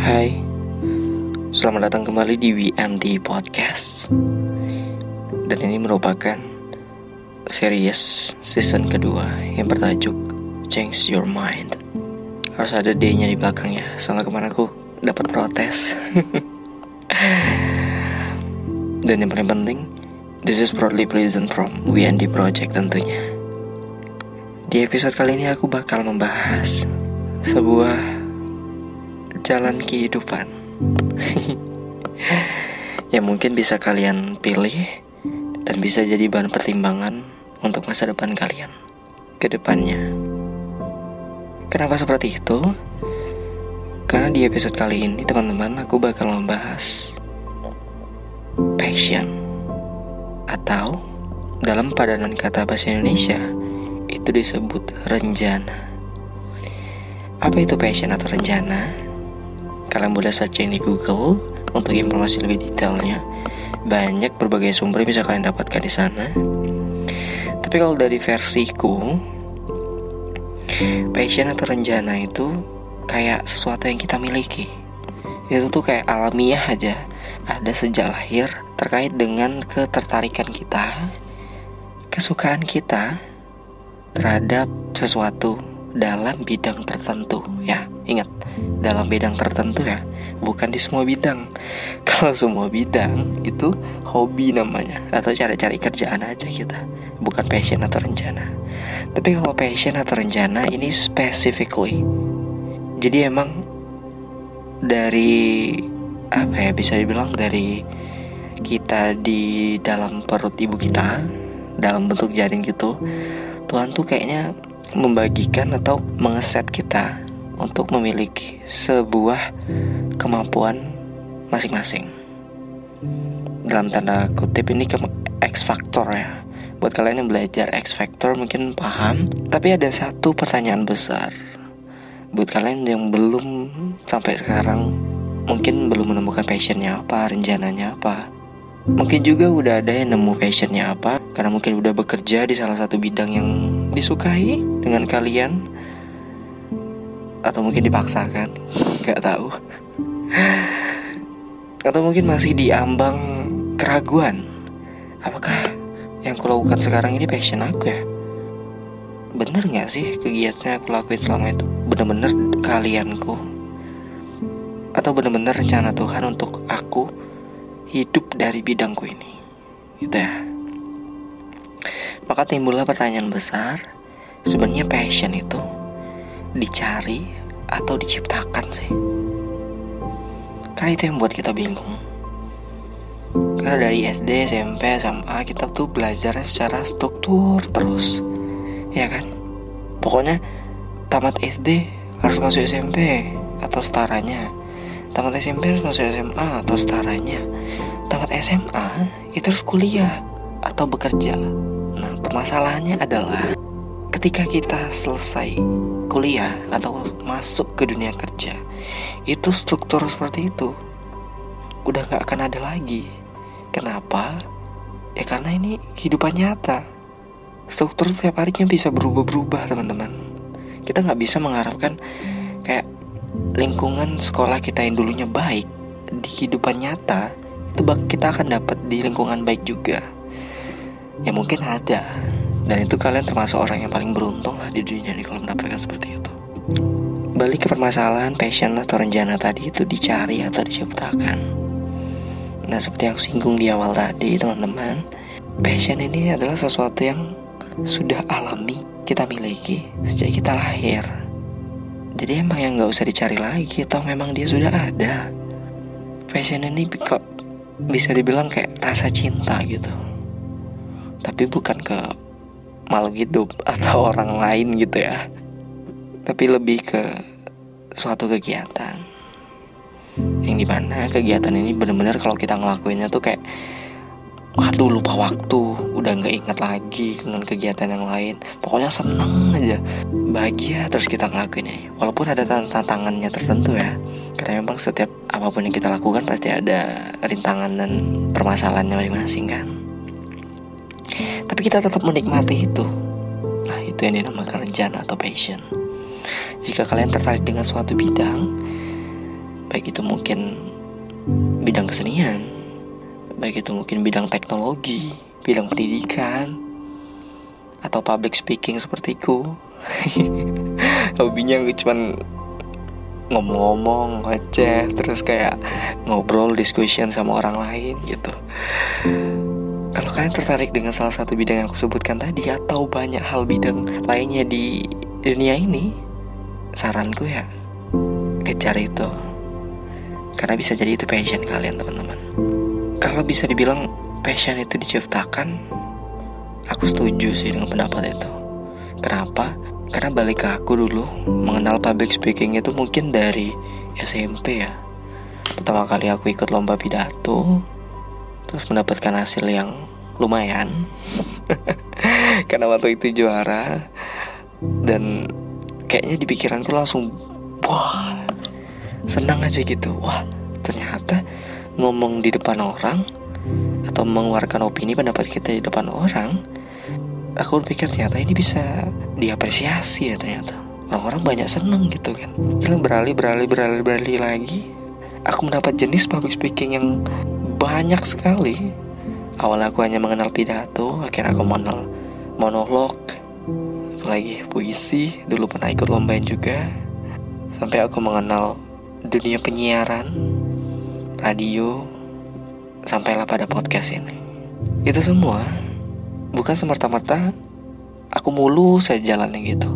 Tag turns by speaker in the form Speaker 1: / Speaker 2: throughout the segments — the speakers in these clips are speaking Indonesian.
Speaker 1: Hai, selamat datang kembali di WNT Podcast. Dan ini merupakan series season kedua yang bertajuk Change Your Mind. Harus ada D-nya di belakang ya, soalnya kemarin aku dapat protes. Dan yang paling penting, this is proudly present from WNT Project tentunya. Di episode kali ini aku bakal membahas sebuah jalan kehidupan yang mungkin bisa kalian pilih dan bisa jadi bahan pertimbangan untuk masa depan kalian ke depannya. Kenapa seperti itu? Karena di episode kali ini teman-teman, aku bakal membahas passion, atau dalam padanan kata bahasa Indonesia itu disebut renjana. Apa itu passion atau renjana? Kalian boleh searching di Google untuk informasi lebih detailnya. Banyak berbagai sumber yang bisa kalian dapatkan di sana. Tapi kalau dari versiku, passion atau renjana itu kayak sesuatu yang kita miliki. Itu tuh kayak alamiah aja, ada sejak lahir terkait dengan ketertarikan kita, kesukaan kita terhadap sesuatu dalam bidang tertentu ya. Ingat, dalam bidang tertentu ya, bukan di semua bidang. Kalau semua bidang itu hobi namanya, atau cari-cari kerjaan aja kita, bukan passion atau rencana. Tapi kalau passion atau rencana ini specifically, jadi emang dari apa ya, bisa dibilang dari kita di dalam perut ibu kita, dalam bentuk janin gitu, Tuhan tuh kayaknya membagikan atau mengeset kita untuk memiliki sebuah kemampuan masing-masing. Dalam tanda kutip ini X Factor ya. Buat kalian yang belajar X Factor mungkin paham. Tapi ada satu pertanyaan besar buat kalian yang belum sampai sekarang mungkin belum menemukan passionnya apa, rencananya apa. Mungkin juga udah ada yang nemu passionnya apa, karena mungkin udah bekerja di salah satu bidang yang disukai dengan kalian, atau mungkin dipaksakan, gak tahu. Atau mungkin masih diambang keraguan, apakah yang aku lakukan sekarang ini passion aku ya? Bener gak sih kegiatan yang aku lakuin selama itu bener-bener kalianku, atau bener-bener rencana Tuhan untuk aku hidup dari bidangku ini, gitu ya. Maka timbullah pertanyaan besar, sebenarnya passion itu dicari atau diciptakan sih? Karena itu yang buat kita bingung. Karena dari SD, SMP, SMA kita tuh belajarnya secara struktur terus, ya kan? Pokoknya tamat SD harus masuk SMP atau setaranya, tamat SMP harus masuk SMA atau setaranya, tamat SMA itu harus kuliah atau bekerja. Nah, permasalahannya adalah ketika kita selesai kuliah atau masuk ke dunia kerja, itu struktur seperti itu udah gak akan ada lagi. Kenapa? Ya karena ini kehidupan nyata. Struktur setiap harinya bisa berubah-berubah teman-teman. Kita gak bisa mengharapkan kayak lingkungan sekolah kita yang dulunya baik, di kehidupan nyata itu kita akan dapat di lingkungan baik juga. Ya mungkin ada, dan itu kalian termasuk orang yang paling beruntung lah di dunia ini kalau mendapatkan seperti itu. Balik ke permasalahan passion atau rencana tadi, itu dicari atau diciptakan. Nah, seperti yang aku singgung di awal tadi teman-teman, passion ini adalah sesuatu yang sudah alami kita miliki sejak kita lahir. Jadi emang yang gak usah dicari lagi, atau memang dia sudah ada. Passion ini kok bisa dibilang kayak rasa cinta gitu, tapi bukan ke makhluk hidup atau orang lain gitu ya, tapi lebih ke suatu kegiatan yang dimana kegiatan ini benar-benar kalau kita ngelakuinnya tuh kayak waduh, lupa waktu, udah gak ingat lagi dengan kegiatan yang lain. Pokoknya seneng aja, bahagia terus kita ngelakuinnya, walaupun ada tantangannya tertentu ya. Karena memang setiap apapun yang kita lakukan pasti ada rintangan dan permasalahannya masing-masing kan. Tapi kita tetap menikmati itu. Nah, itu yang dinamakan rencana atau passion. Jika kalian tertarik dengan suatu bidang, Baik itu mungkin bidang kesenian, baik itu mungkin bidang teknologi, bidang pendidikan, atau public speaking sepertiku. Hobinya cuman ngomong-ngomong, ngoceh, terus kayak ngobrol, discussion sama orang lain gitu. Kalau kalian tertarik dengan salah satu bidang yang aku sebutkan tadi, atau banyak hal bidang lainnya di dunia ini, saranku ya kejar itu, karena bisa jadi itu passion kalian, teman-teman. Kalau bisa dibilang passion itu diciptakan, aku setuju sih dengan pendapat itu. Kenapa? Karena balik ke aku dulu, mengenal public speaking itu mungkin dari SMP ya. Pertama kali aku ikut lomba pidato, terus mendapatkan hasil yang lumayan. Karena waktu itu juara. Dan kayaknya di pikiranku langsung, wah, senang aja gitu. Wah, ternyata ngomong di depan orang atau mengeluarkan opini pendapat kita di depan orang, aku pikir ternyata ini bisa diapresiasi ya ternyata. Orang-orang banyak seneng gitu kan. Kalian beralih lagi. Aku mendapat jenis public speaking yang banyak sekali. Awalnya aku hanya mengenal pidato, akhirnya aku mengenal monolog, apalagi puisi, dulu pernah ikut lombain juga. Sampai aku mengenal dunia penyiaran, radio, sampailah pada podcast ini. Itu semua bukan semerta-merta aku mulus saja jalannya gitu.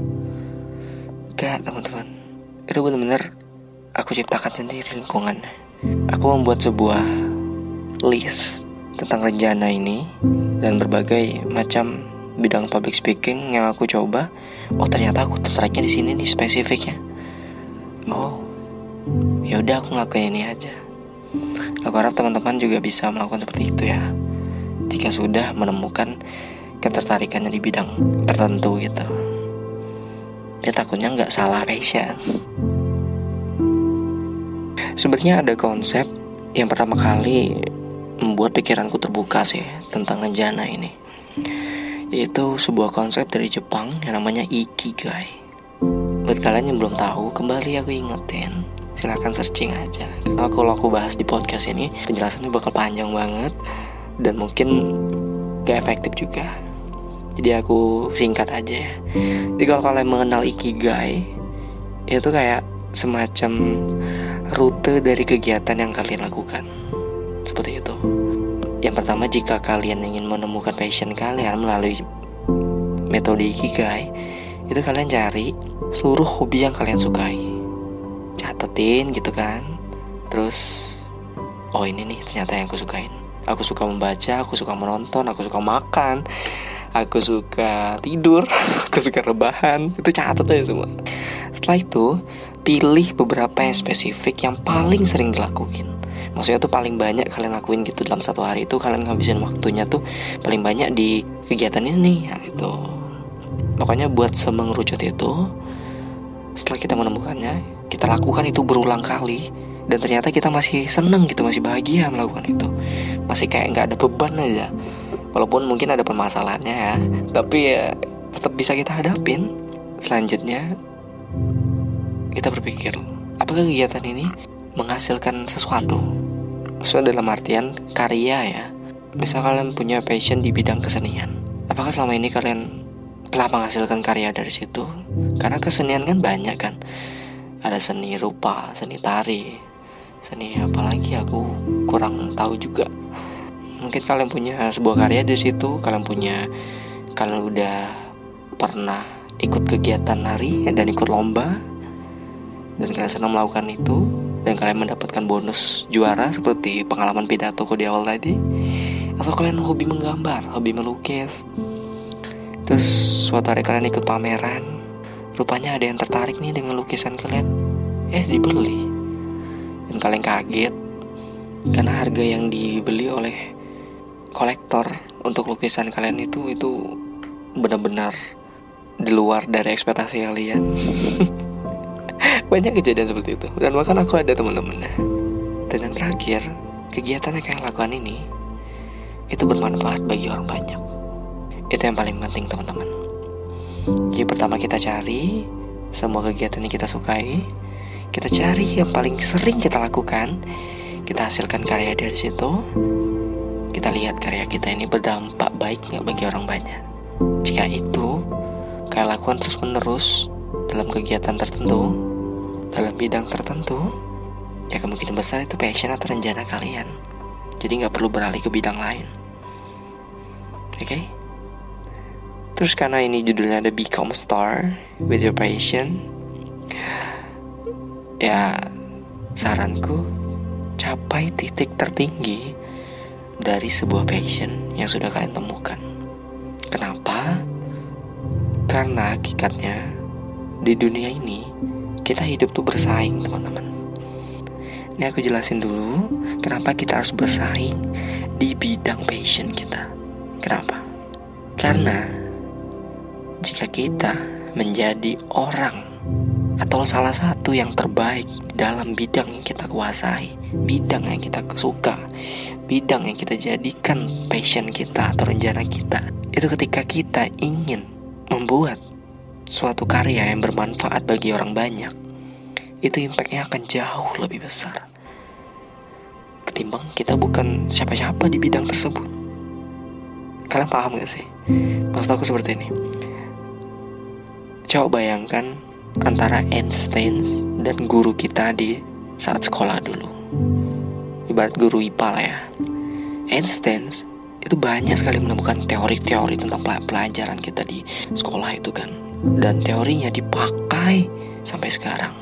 Speaker 1: Gak, teman-teman. Itu benar-benar aku ciptakan sendiri lingkungannya. Aku membuat sebuah list tentang rencana ini dan berbagai macam bidang public speaking yang aku coba. Oh, ternyata aku tertariknya di sini nih spesifiknya. Oh, ya udah aku ngelakuin ini aja. Aku harap teman-teman juga bisa melakukan seperti itu ya, jika sudah menemukan ketertarikannya di bidang tertentu gitu. Dia takutnya nggak salah passion. Sebenarnya ada konsep yang pertama kali membuat pikiranku terbuka sih tentang rencana ini, yaitu sebuah konsep dari Jepang yang namanya Ikigai. Buat kalian yang belum tahu, kembali aku ingetin, silahkan searching aja. Karena kalau aku bahas di podcast ini, penjelasannya bakal panjang banget dan mungkin gak efektif juga. Jadi aku singkat aja ya. Jadi kalau kalian mengenal Ikigai, itu kayak semacam rute dari kegiatan yang kalian lakukan. Seperti itu. Yang pertama, jika kalian ingin menemukan passion kalian melalui metode Ikigai, itu kalian cari seluruh hobi yang kalian sukai, catetin gitu kan. Terus, oh ini nih ternyata yang aku sukain. Aku suka membaca, aku suka menonton, aku suka makan, aku suka tidur, aku suka rebahan. Itu catat aja semua. Setelah itu, pilih beberapa yang spesifik yang paling sering dilakuin. Maksudnya tuh paling banyak kalian lakuin gitu dalam satu hari itu. Kalian ngabisin waktunya tuh paling banyak di kegiatan ini ya, itu. Pokoknya buat semengerucut itu. Setelah kita menemukannya, kita lakukan itu berulang kali. Dan ternyata kita masih seneng gitu, masih bahagia melakukan itu. Masih kayak gak ada beban aja. Walaupun mungkin ada permasalahannya ya, tapi ya tetap bisa kita hadapin. Selanjutnya, kita berpikir, apakah kegiatan ini menghasilkan sesuatu? Maksudnya dalam artian karya ya. Misal kalian punya passion di bidang kesenian, apakah selama ini kalian telah menghasilkan karya dari situ? Karena kesenian kan banyak kan. Ada seni rupa, seni tari, seni apalagi aku kurang tahu juga. Mungkin kalian punya sebuah karya di situ. Kalian udah pernah ikut kegiatan nari dan ikut lomba, dan kalian senang melakukan itu, dan kalian mendapatkan bonus juara seperti pengalaman pidatoku di awal tadi. Atau kalian hobi menggambar, hobi melukis, terus suatu hari kalian ikut pameran, rupanya ada yang tertarik nih dengan lukisan kalian, dibeli. Dan kalian kaget karena harga yang dibeli oleh kolektor untuk lukisan kalian itu benar-benar di luar dari ekspektasi kalian. Banyak kejadian seperti itu. Dan bahkan aku ada teman-temannya. Dan yang terakhir, kegiatan yang kalian lakukan ini itu bermanfaat bagi orang banyak. Itu yang paling penting, teman-teman. Jadi pertama kita cari semua kegiatan yang kita sukai, Kita cari yang paling sering kita lakukan, kita hasilkan karya dari situ. Kita lihat karya kita ini berdampak baik gak bagi orang banyak. Jika itu kalian lakukan terus menerus dalam kegiatan tertentu, dalam bidang tertentu, ya kemungkinan besar itu passion atau rencana kalian. Jadi gak perlu beralih ke bidang lain. Oke? Terus karena ini judulnya ada Become a Star with Your Passion, ya saranku, capai titik tertinggi dari sebuah passion yang sudah kalian temukan. Kenapa? Karena hakikatnya di dunia ini kita hidup tuh bersaing, teman-teman. Ini aku jelasin dulu kenapa kita harus bersaing di bidang passion kita. Kenapa? Karena jika kita menjadi orang atau salah satu yang terbaik dalam bidang yang kita kuasai, bidang yang kita suka, bidang yang kita jadikan passion kita atau rencana kita, itu ketika kita ingin membuat suatu karya yang bermanfaat bagi orang banyak, itu impactnya akan jauh lebih besar ketimbang kita bukan siapa-siapa di bidang tersebut. Kalian paham gak sih? Maksud aku seperti ini. Coba bayangkan antara Einstein dan guru kita di saat sekolah dulu. Ibarat guru IPA lah ya. Einstein itu banyak sekali menemukan teori-teori tentang pelajaran kita di sekolah itu kan. Dan teorinya dipakai sampai sekarang.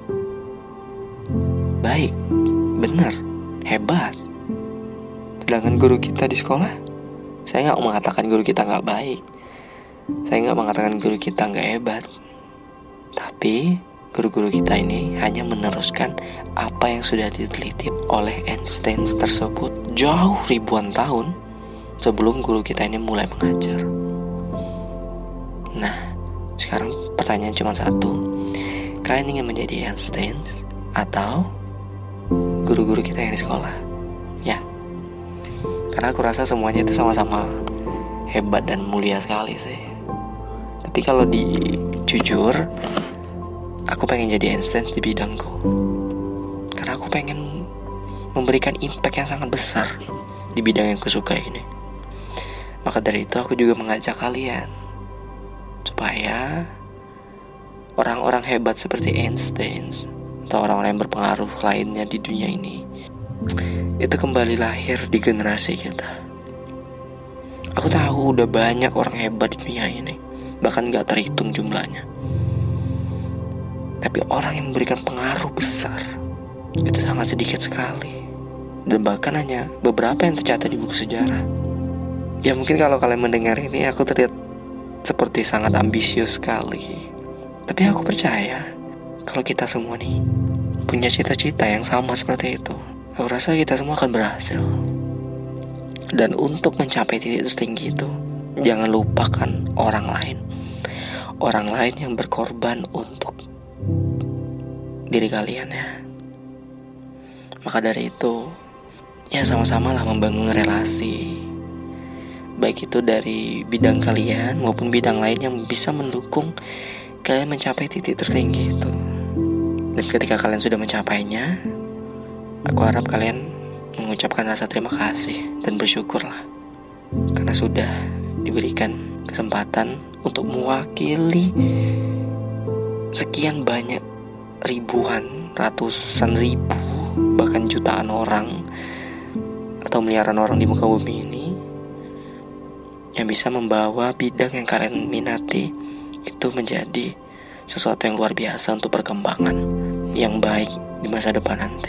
Speaker 1: Baik, benar, hebat. Sedangkan guru kita di sekolah, saya gak mengatakan guru kita gak baik, saya gak mengatakan guru kita gak hebat, tapi guru-guru kita ini hanya meneruskan apa yang sudah diteliti oleh Einstein tersebut jauh ribuan tahun sebelum guru kita ini mulai mengajar. Nah, sekarang pertanyaan cuma satu. Kalian ingin menjadi Einstein atau guru-guru kita yang di sekolah? Ya, karena aku rasa semuanya itu sama-sama hebat dan mulia sekali sih. Tapi kalau jujur, aku pengen jadi Einstein di bidangku. Karena aku pengen memberikan impact yang sangat besar di bidang yang aku suka ini. Maka dari itu aku juga mengajak kalian supaya orang-orang hebat seperti Einstein atau orang-orang yang berpengaruh lainnya di dunia ini itu kembali lahir di generasi kita. Aku tahu udah banyak orang hebat di dunia ini, bahkan gak terhitung jumlahnya. Tapi orang yang memberikan pengaruh besar itu sangat sedikit sekali. Dan bahkan hanya beberapa yang tercatat di buku sejarah. Ya mungkin kalau kalian mendengar ini aku terlihat seperti sangat ambisius sekali. Tapi aku percaya kalau kita semua nih punya cita-cita yang sama seperti itu, aku rasa kita semua akan berhasil. Dan untuk mencapai titik tertinggi itu, jangan lupakan orang lain. Orang lain yang berkorban untuk diri kalian ya. Maka dari itu, ya sama-samalah membangun relasi. Baik itu dari bidang kalian maupun bidang lain yang bisa mendukung kalian mencapai titik tertinggi itu. Dan ketika kalian sudah mencapainya, aku harap kalian mengucapkan rasa terima kasih dan bersyukurlah karena sudah diberikan kesempatan untuk mewakili sekian banyak ribuan, ratusan ribu, bahkan jutaan orang atau miliaran orang di muka bumi ini yang bisa membawa bidang yang kalian minati itu menjadi sesuatu yang luar biasa untuk perkembangan yang baik di masa depan nanti.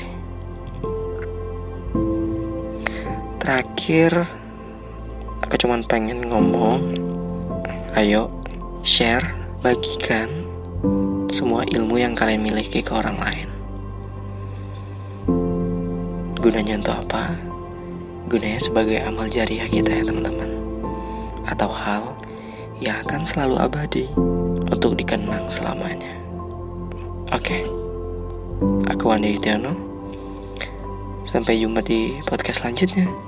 Speaker 1: Terakhir, aku cuma pengen ngomong, ayo share, bagikan semua ilmu yang kalian miliki ke orang lain. Gunanya untuk apa? Gunanya sebagai amal jariah kita ya teman-teman. Atau hal yang akan selalu abadi untuk dikenang selamanya. Oke, aku Wandi Itiano. Sampai jumpa di podcast selanjutnya.